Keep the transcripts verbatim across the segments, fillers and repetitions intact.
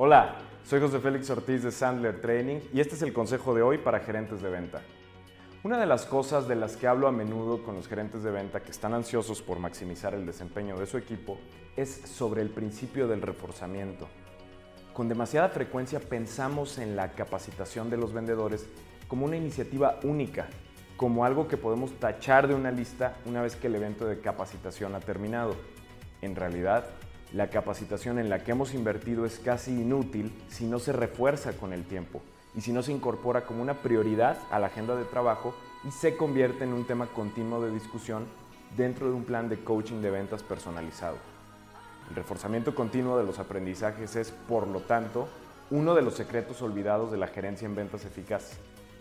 Hola, soy José Félix Ortiz de Sandler Training y este es el consejo de hoy para gerentes de venta. Una de las cosas de las que hablo a menudo con los gerentes de venta que están ansiosos por maximizar el desempeño de su equipo es sobre el principio del reforzamiento. Con demasiada frecuencia pensamos en la capacitación de los vendedores como una iniciativa única, como algo que podemos tachar de una lista una vez que el evento de capacitación ha terminado. En realidad, la capacitación en la que hemos invertido es casi inútil si no se refuerza con el tiempo y si no se incorpora como una prioridad a la agenda de trabajo y se convierte en un tema continuo de discusión dentro de un plan de coaching de ventas personalizado. El reforzamiento continuo de los aprendizajes es, por lo tanto, uno de los secretos olvidados de la gerencia en ventas eficaz.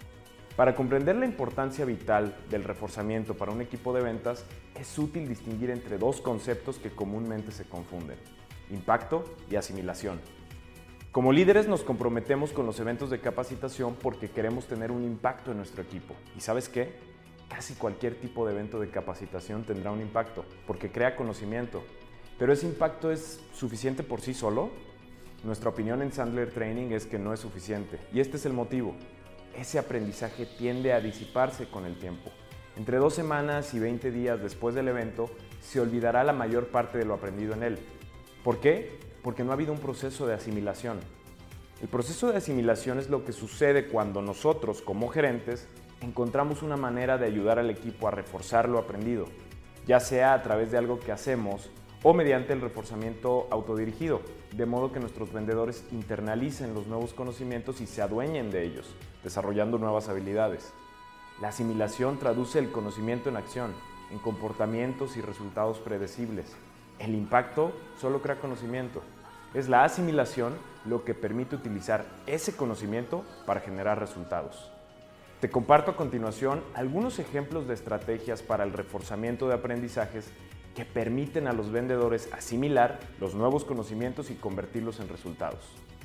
Para comprender la importancia vital del reforzamiento para un equipo de ventas, es útil distinguir entre dos conceptos que comúnmente se confunden: impacto y asimilación. Como líderes nos comprometemos con los eventos de capacitación porque queremos tener un impacto en nuestro equipo. ¿Y sabes qué? Casi cualquier tipo de evento de capacitación tendrá un impacto, porque crea conocimiento. ¿Pero ese impacto es suficiente por sí solo? Nuestra opinión en Sandler Training es que no es suficiente, y este es el motivo. Ese aprendizaje tiende a disiparse con el tiempo. Entre dos semanas y veinte días después del evento, se olvidará la mayor parte de lo aprendido en él. ¿Por qué? Porque no ha habido un proceso de asimilación. El proceso de asimilación es lo que sucede cuando nosotros, como gerentes, encontramos una manera de ayudar al equipo a reforzar lo aprendido, ya sea a través de algo que hacemos o mediante el reforzamiento autodirigido, de modo que nuestros vendedores internalicen los nuevos conocimientos y se adueñen de ellos, desarrollando nuevas habilidades. La asimilación traduce el conocimiento en acción, en comportamientos y resultados predecibles. El impacto solo crea conocimiento. Es la asimilación lo que permite utilizar ese conocimiento para generar resultados. Te comparto a continuación algunos ejemplos de estrategias para el reforzamiento de aprendizajes que permiten a los vendedores asimilar los nuevos conocimientos y convertirlos en resultados.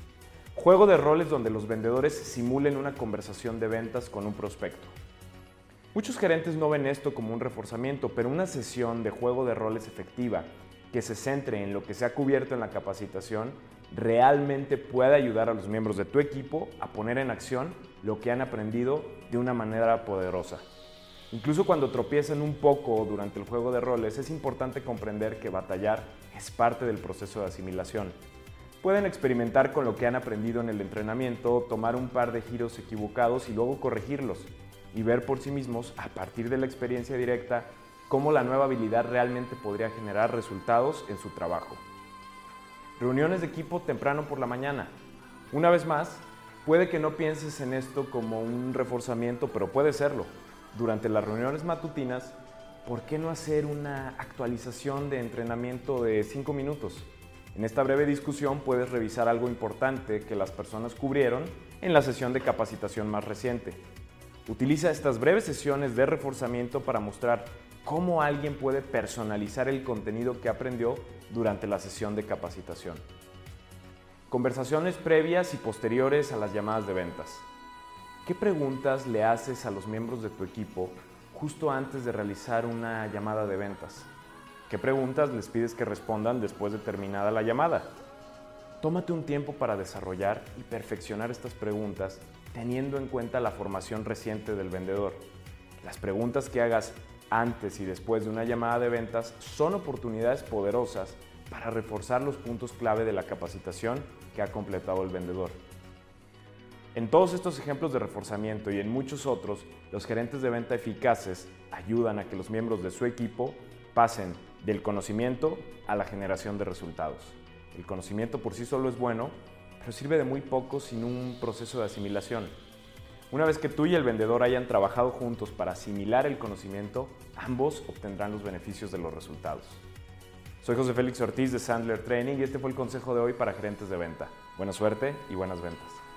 Juego de roles donde los vendedores simulen una conversación de ventas con un prospecto. Muchos gerentes no ven esto como un reforzamiento, pero una sesión de juego de roles efectiva que se centre en lo que se ha cubierto en la capacitación realmente puede ayudar a los miembros de tu equipo a poner en acción lo que han aprendido de una manera poderosa. Incluso cuando tropiezan un poco durante el juego de roles, es importante comprender que batallar es parte del proceso de asimilación. Pueden experimentar con lo que han aprendido en el entrenamiento, tomar un par de giros equivocados y luego corregirlos, y ver por sí mismos, a partir de la experiencia directa, cómo la nueva habilidad realmente podría generar resultados en su trabajo. Reuniones de equipo temprano por la mañana. Una vez más, puede que no pienses en esto como un reforzamiento, pero puede serlo. Durante las reuniones matutinas, ¿por qué no hacer una actualización de entrenamiento de cinco minutos? En esta breve discusión puedes revisar algo importante que las personas cubrieron en la sesión de capacitación más reciente. Utiliza estas breves sesiones de reforzamiento para mostrar cómo alguien puede personalizar el contenido que aprendió durante la sesión de capacitación. Conversaciones previas y posteriores a las llamadas de ventas. ¿Qué preguntas le haces a los miembros de tu equipo justo antes de realizar una llamada de ventas? ¿Qué preguntas les pides que respondan después de terminada la llamada? Tómate un tiempo para desarrollar y perfeccionar estas preguntas teniendo en cuenta la formación reciente del vendedor. Las preguntas que hagas antes y después de una llamada de ventas son oportunidades poderosas para reforzar los puntos clave de la capacitación que ha completado el vendedor. En todos estos ejemplos de reforzamiento y en muchos otros, los gerentes de venta eficaces ayudan a que los miembros de su equipo pasen del conocimiento a la generación de resultados. El conocimiento por sí solo es bueno, pero sirve de muy poco sin un proceso de asimilación. Una vez que tú y el vendedor hayan trabajado juntos para asimilar el conocimiento, ambos obtendrán los beneficios de los resultados. Soy José Félix Ortiz de Sandler Training y este fue el consejo de hoy para gerentes de venta. Buena suerte y buenas ventas.